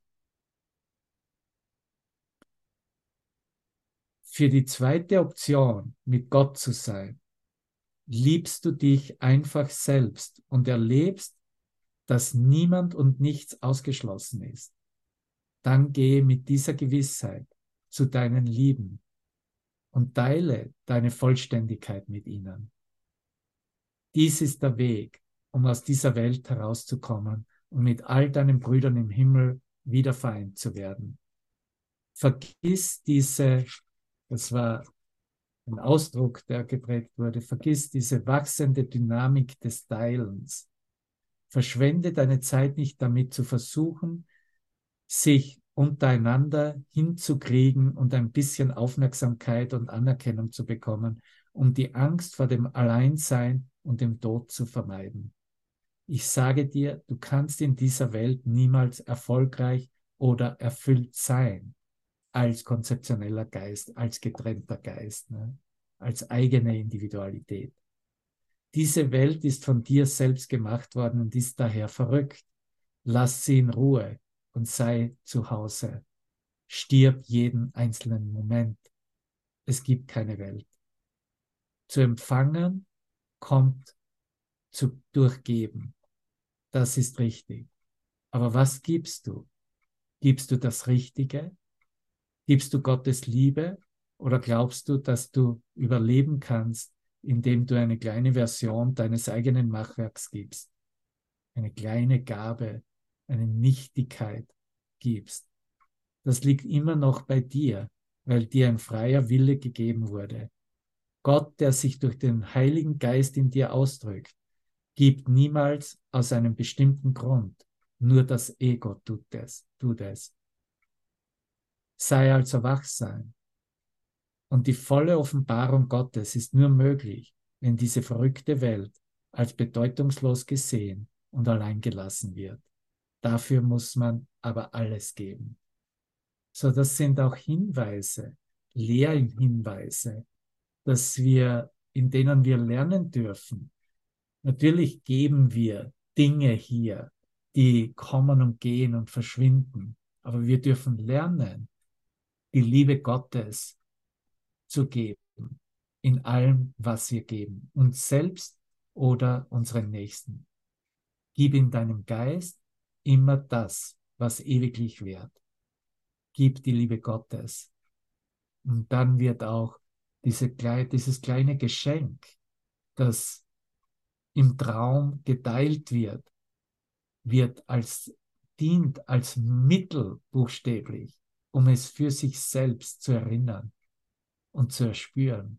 Für die zweite Option, mit Gott zu sein, liebst du dich einfach selbst und erlebst, dass niemand und nichts ausgeschlossen ist. Dann gehe mit dieser Gewissheit zu deinen Lieben und teile deine Vollständigkeit mit ihnen. Dies ist der Weg, um aus dieser Welt herauszukommen und mit all deinen Brüdern im Himmel wieder vereint zu werden. Vergiss diese, das war ein Ausdruck, der geprägt wurde, vergiss diese wachsende Dynamik des Teilens. Verschwende deine Zeit nicht damit zu versuchen, sich untereinander hinzukriegen und ein bisschen Aufmerksamkeit und Anerkennung zu bekommen, um die Angst vor dem Alleinsein und dem Tod zu vermeiden. Ich sage dir, du kannst in dieser Welt niemals erfolgreich oder erfüllt sein als konzeptioneller Geist, als getrennter Geist, ne? Als eigene Individualität. Diese Welt ist von dir selbst gemacht worden und ist daher verrückt. Lass sie in Ruhe und sei zu Hause. Stirb jeden einzelnen Moment. Es gibt keine Welt. Zu empfangen kommt zu durchgeben. Das ist richtig. Aber was gibst du? Gibst du das Richtige? Gibst du Gottes Liebe? Oder glaubst du, dass du überleben kannst, indem du eine kleine Version deines eigenen Machwerks gibst? Eine kleine Gabe, eine Nichtigkeit gibst. Das liegt immer noch bei dir, weil dir ein freier Wille gegeben wurde. Gott, der sich durch den Heiligen Geist in dir ausdrückt, gibt niemals aus einem bestimmten Grund. Nur das Ego tut es. Tut es. Sei also wachsam. Und die volle Offenbarung Gottes ist nur möglich, wenn diese verrückte Welt als bedeutungslos gesehen und allein gelassen wird. Dafür muss man aber alles geben. So, das sind auch Hinweise, Lehrhinweise, dass wir, in denen wir lernen dürfen. Natürlich geben wir Dinge hier, die kommen und gehen und verschwinden, aber wir dürfen lernen, die Liebe Gottes zu geben, in allem, was wir geben, uns selbst oder unseren Nächsten. Gib in deinem Geist immer das, was ewiglich währt. Gib die Liebe Gottes. Und dann wird auch diese, dieses kleine Geschenk, das im Traum geteilt wird, wird als, dient als Mittel buchstäblich, um es für sich selbst zu erinnern und zu erspüren.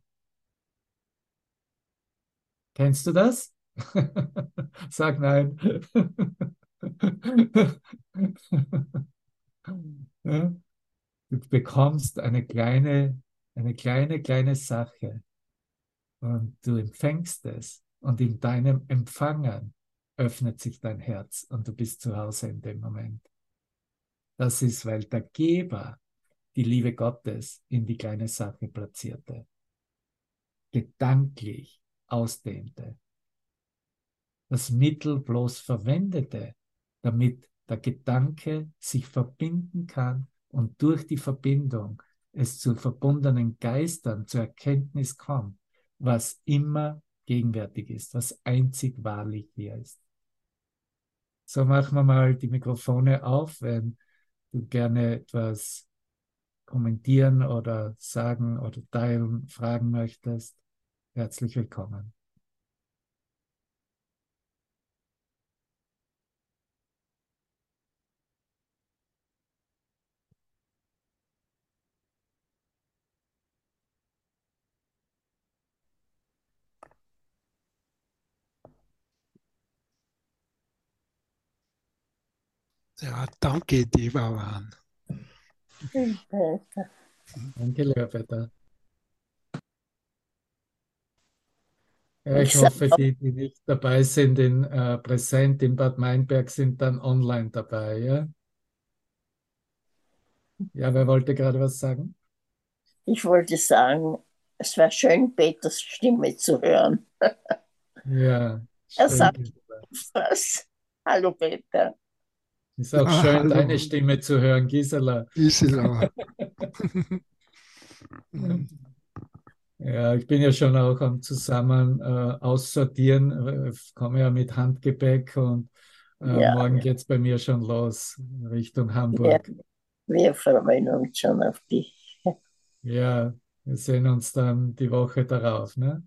Kennst du das? Sag nein. Ja? Du bekommst eine kleine, eine kleine, kleine Sache und du empfängst es und in deinem Empfangen öffnet sich dein Herz und du bist zu Hause in dem Moment. Das ist, weil der Geber die Liebe Gottes in die kleine Sache platzierte, gedanklich ausdehnte, das Mittel bloß verwendete, damit der Gedanke sich verbinden kann und durch die Verbindung es zu verbundenen Geistern zur Erkenntnis kommt, was immer gegenwärtig ist, was einzig wahrlich hier ist. So machen wir mal die Mikrofone auf, wenn du gerne etwas kommentieren oder sagen oder teilen, fragen möchtest. Herzlich willkommen. Ja, danke, Devavan. Danke, lieber Peter. Ja, Ich ich sag, hoffe, die, die nicht dabei sind, in, äh, präsent in Bad Meinberg, sind dann online dabei. Ja, ja, wer wollte gerade was sagen? ich wollte sagen, es war schön, Peters Stimme zu hören. Ja, Er schön. sagt was. Hallo, Peter. Ist auch Ja, schön, deine hallo, Stimme zu hören, Gisela. Gisela. Ja, ich bin ja schon auch am Zusammen äh, aussortieren, äh, komme ja mit Handgepäck und äh, Ja, morgen geht es bei mir schon los Richtung wir, Hamburg. wir freuen uns schon auf dich. Ja, wir sehen uns dann die Woche darauf, ne?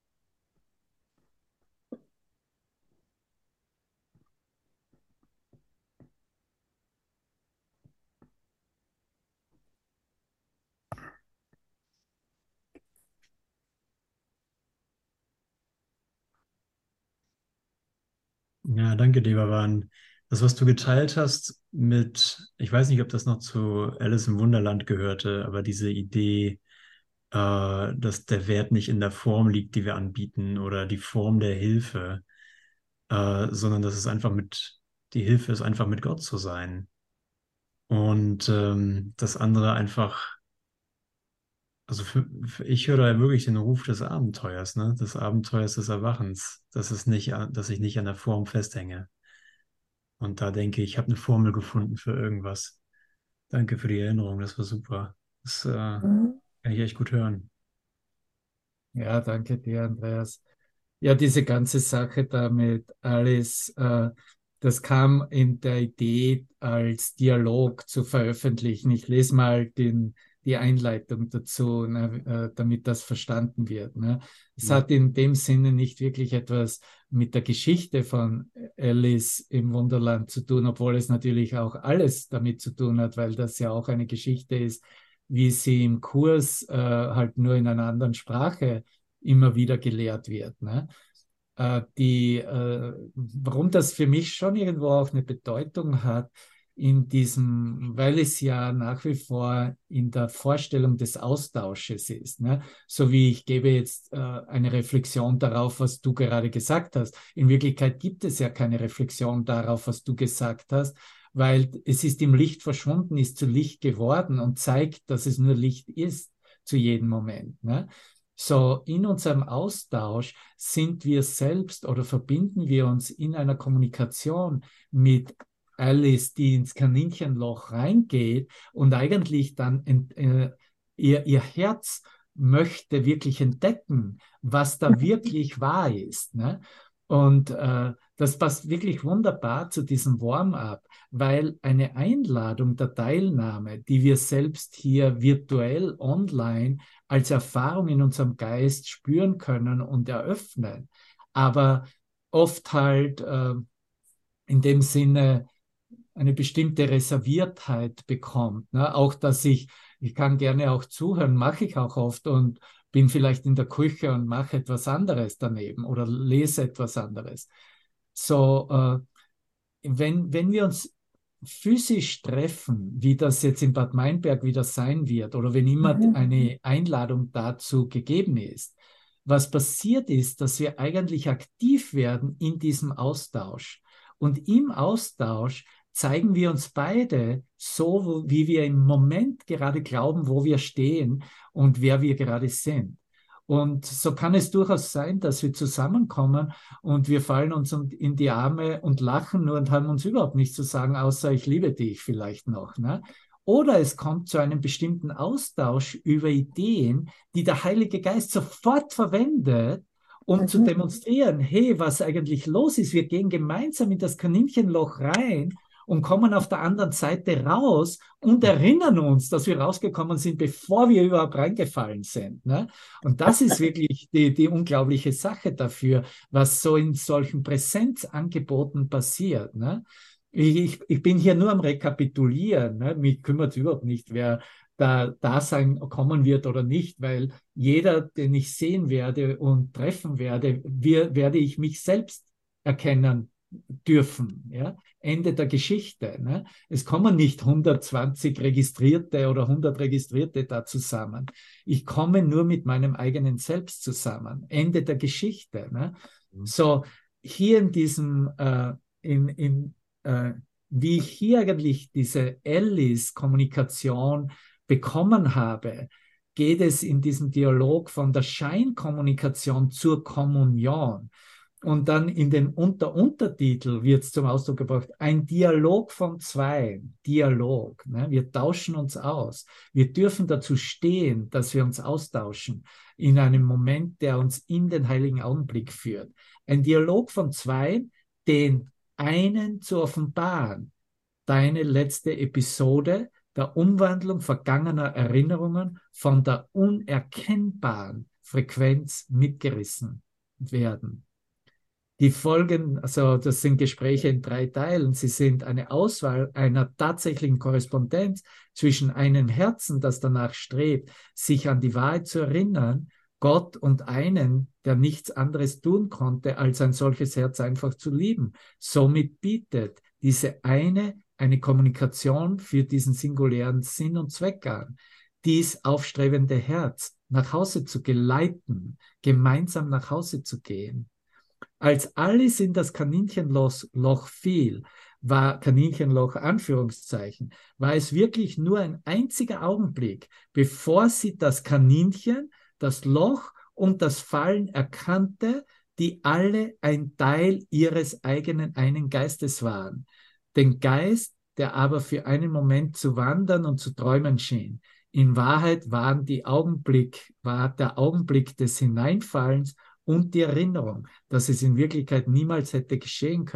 Ja, danke, Devavan. Das, was du geteilt hast mit, ich weiß nicht, ob das noch zu Alice im Wunderland gehörte, aber diese Idee, äh, dass der Wert nicht in der Form liegt, die wir anbieten oder die Form der Hilfe, äh, sondern dass es einfach mit, die Hilfe ist einfach mit Gott zu sein. Und ähm, das andere einfach, also für, für, ich höre da wirklich den Ruf des Abenteuers, ne? Des Abenteuers des Erwachens, dass es nicht, an- dass ich nicht an der Form festhänge. Und da denke ich, ich habe eine Formel gefunden für irgendwas. Danke für die Erinnerung, das war super. Das äh, Mhm. kann ich echt gut hören. Ja, danke dir, Andreas. Ja, diese ganze Sache da mit Alice, äh, das kam in der Idee als Dialog zu veröffentlichen. Ich lese mal den, die Einleitung dazu, ne, äh, damit das verstanden wird. Ne. Es Ja. hat in dem Sinne nicht wirklich etwas mit der Geschichte von Alice im Wunderland zu tun, obwohl es natürlich auch alles damit zu tun hat, weil das ja auch eine Geschichte ist, wie sie im Kurs äh, halt nur in einer anderen Sprache immer wieder gelehrt wird. Ne? Äh, die, äh, warum das für mich schon irgendwo auch eine Bedeutung hat, in diesem, weil es ja nach wie vor in der Vorstellung des Austausches ist. Ne? So wie ich gebe jetzt äh, eine Reflexion darauf, was du gerade gesagt hast. In Wirklichkeit gibt es ja keine Reflexion darauf, was du gesagt hast, weil es ist im Licht verschwunden, ist zu Licht geworden und zeigt, dass es nur Licht ist zu jedem Moment. Ne? So, in unserem Austausch sind wir selbst oder verbinden wir uns in einer Kommunikation mit Alice, die ins Kaninchenloch reingeht und eigentlich dann äh, ihr, ihr Herz möchte wirklich entdecken, was da wirklich wahr ist. Ne? Und äh, das passt wirklich wunderbar zu diesem Warm-up, weil eine Einladung der Teilnahme, die wir selbst hier virtuell online als Erfahrung in unserem Geist spüren können und eröffnen, aber oft halt äh, in dem Sinne eine bestimmte Reserviertheit bekommt. Ne? Auch, dass ich, ich kann gerne auch zuhören, mache ich auch oft und bin vielleicht in der Küche und mache etwas anderes daneben oder lese etwas anderes. So, äh, wenn, wenn wir uns physisch treffen, wie das jetzt in Bad Meinberg wieder sein wird, oder wenn immer Mhm. eine Einladung dazu gegeben ist, was passiert ist, dass wir eigentlich aktiv werden in diesem Austausch. Und im Austausch zeigen wir uns beide so, wie wir im Moment gerade glauben, wo wir stehen und wer wir gerade sind. Und so kann es durchaus sein, dass wir zusammenkommen und wir fallen uns in die Arme und lachen nur und haben uns überhaupt nichts zu sagen, außer ich liebe dich vielleicht noch. Ne? Oder es kommt zu einem bestimmten Austausch über Ideen, die der Heilige Geist sofort verwendet, um Mhm. zu demonstrieren, hey, was eigentlich los ist. Wir gehen gemeinsam in das Kaninchenloch rein und kommen auf der anderen Seite raus und erinnern uns, dass wir rausgekommen sind, bevor wir überhaupt reingefallen sind. Ne? Und das ist wirklich die, die unglaubliche Sache dafür, was so in solchen Präsenzangeboten passiert. Ne? Ich, ich bin hier nur am Rekapitulieren. Ne? Mich kümmert überhaupt nicht, wer da, da sein kommen wird oder nicht, weil jeder, den ich sehen werde und treffen werde, wir, werde ich mich selbst erkennen dürfen. Ja? Ende der Geschichte. Ne? Es kommen nicht hundertzwanzig Registrierte oder hundert Registrierte da zusammen. Ich komme nur mit meinem eigenen Selbst zusammen. Ende der Geschichte. Ne? So, hier in diesem, äh, in, in, äh, wie ich hier eigentlich diese Alice-Kommunikation bekommen habe, geht es in diesem Dialog von der Scheinkommunikation zur Kommunion. Und dann in dem Unter Untertitel wird es zum Ausdruck gebracht, ein Dialog von zwei, Dialog. Ne? Wir tauschen uns aus. Wir dürfen dazu stehen, dass wir uns austauschen in einem Moment, der uns in den heiligen Augenblick führt. Ein Dialog von zwei, den einen zu offenbaren. Deine letzte Episode der Umwandlung vergangener Erinnerungen von der unerkennbaren Frequenz mitgerissen werden. Die Folgen, also das sind Gespräche in drei Teilen. Sie sind eine Auswahl einer tatsächlichen Korrespondenz zwischen einem Herzen, das danach strebt, sich an die Wahrheit zu erinnern, Gott und einen, der nichts anderes tun konnte, als ein solches Herz einfach zu lieben. Somit bietet diese eine eine Kommunikation für diesen singulären Sinn und Zweck an. Dies aufstrebende Herz nach Hause zu geleiten, gemeinsam nach Hause zu gehen. Als alles in das Kaninchenloch fiel, war Kaninchenloch Anführungszeichen, war es wirklich nur ein einziger Augenblick, bevor sie das Kaninchen, das Loch und das Fallen erkannte, die alle ein Teil ihres eigenen einen Geistes waren. Den Geist, der aber für einen Moment zu wandern und zu träumen schien. In Wahrheit waren die Augenblick, war der Augenblick des Hineinfallens und die Erinnerung, dass es in Wirklichkeit niemals hätte geschehen können,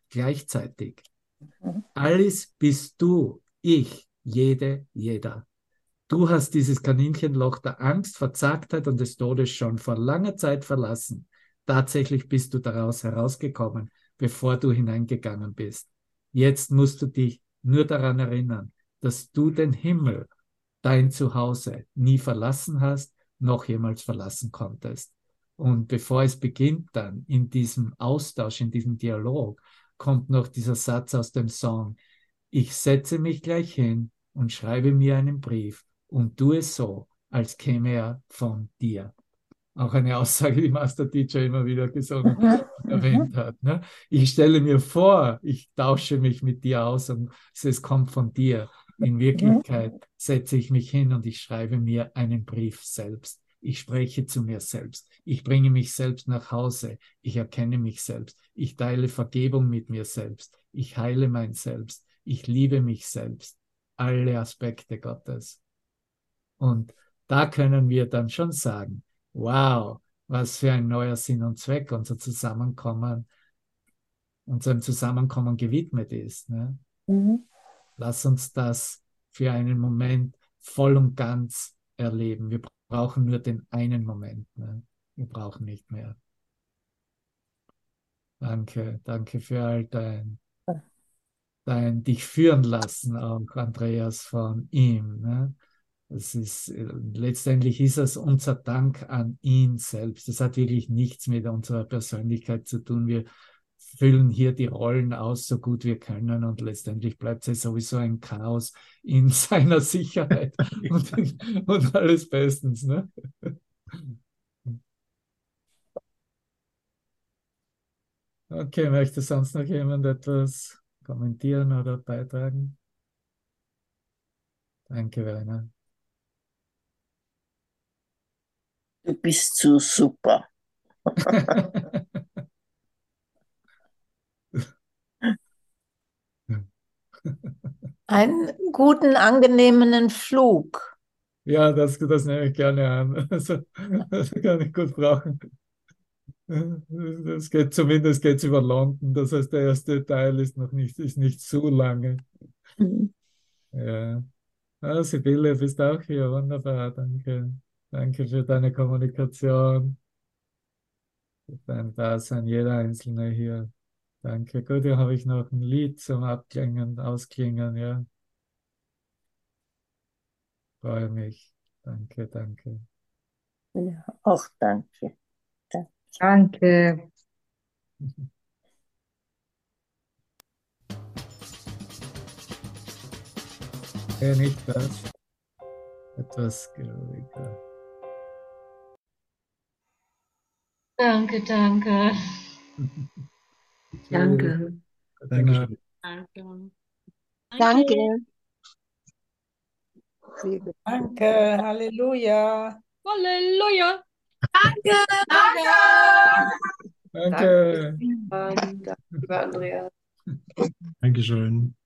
gleichzeitig. Mhm. Alles bist du, ich, jede, jeder. Du hast dieses Kaninchenloch der Angst, Verzagtheit und des Todes schon vor langer Zeit verlassen. Tatsächlich bist du daraus herausgekommen, bevor du hineingegangen bist. Jetzt musst du dich nur daran erinnern, dass du den Himmel, dein Zuhause, nie verlassen hast, noch jemals verlassen konntest. Und bevor es beginnt dann in diesem Austausch, in diesem Dialog, kommt noch dieser Satz aus dem Song: Ich setze mich gleich hin und schreibe mir einen Brief und tue es so, als käme er von dir. Auch eine Aussage, die Master D J immer wieder gesungen Mhm. und erwähnt hat. Ne? Ich stelle mir vor, ich tausche mich mit dir aus und es kommt von dir. In Wirklichkeit setze ich mich hin und ich schreibe mir einen Brief selbst. Ich spreche zu mir selbst. Ich bringe mich selbst nach Hause. Ich erkenne mich selbst. Ich teile Vergebung mit mir selbst. Ich heile mein Selbst. Ich liebe mich selbst. Alle Aspekte Gottes. Und da können wir dann schon sagen, wow, was für ein neuer Sinn und Zweck unser Zusammenkommen, unserem Zusammenkommen gewidmet ist. Ne? Mhm. Lass uns das für einen Moment voll und ganz erleben. Wir brauchen nur den einen Moment. Ne? Wir brauchen nicht mehr. Danke, danke für all dein, dein dich führen lassen, auch Andreas, von ihm. Ne? Das ist, äh, letztendlich ist es unser Dank an ihn selbst. Das hat wirklich nichts mit unserer Persönlichkeit zu tun. Wir füllen hier die Rollen aus, so gut wir können, und letztendlich bleibt es sowieso ein Chaos in seiner Sicherheit und, in, und alles bestens. Ne? Okay, möchte sonst noch jemand etwas kommentieren oder beitragen? Danke, Werner. Du bist so super. Einen guten, angenehmen Flug. Ja, das, das nehme ich gerne an. Also, das kann ich gut brauchen. Das geht zumindest geht's über London. Das heißt, der erste Teil ist noch nicht, ist nicht zu lange. Mhm. Ja. Ah, Sibylle, bist auch hier. Wunderbar. Danke. Danke für deine Kommunikation, für dein Dasein, jeder Einzelne hier. Danke. Gut, hier habe ich noch ein Lied zum Abklingen, Ausklingen. Ja, freue mich. Danke, danke. Ja, auch danke. Danke. Danke. Ja, nicht das. Etwas ruhiger. Danke, danke. Danke. Dankeschön. Danke. Danke. Danke, Halleluja. Halleluja. Danke. Danke. Danke, lieber Andreas. Dankeschön.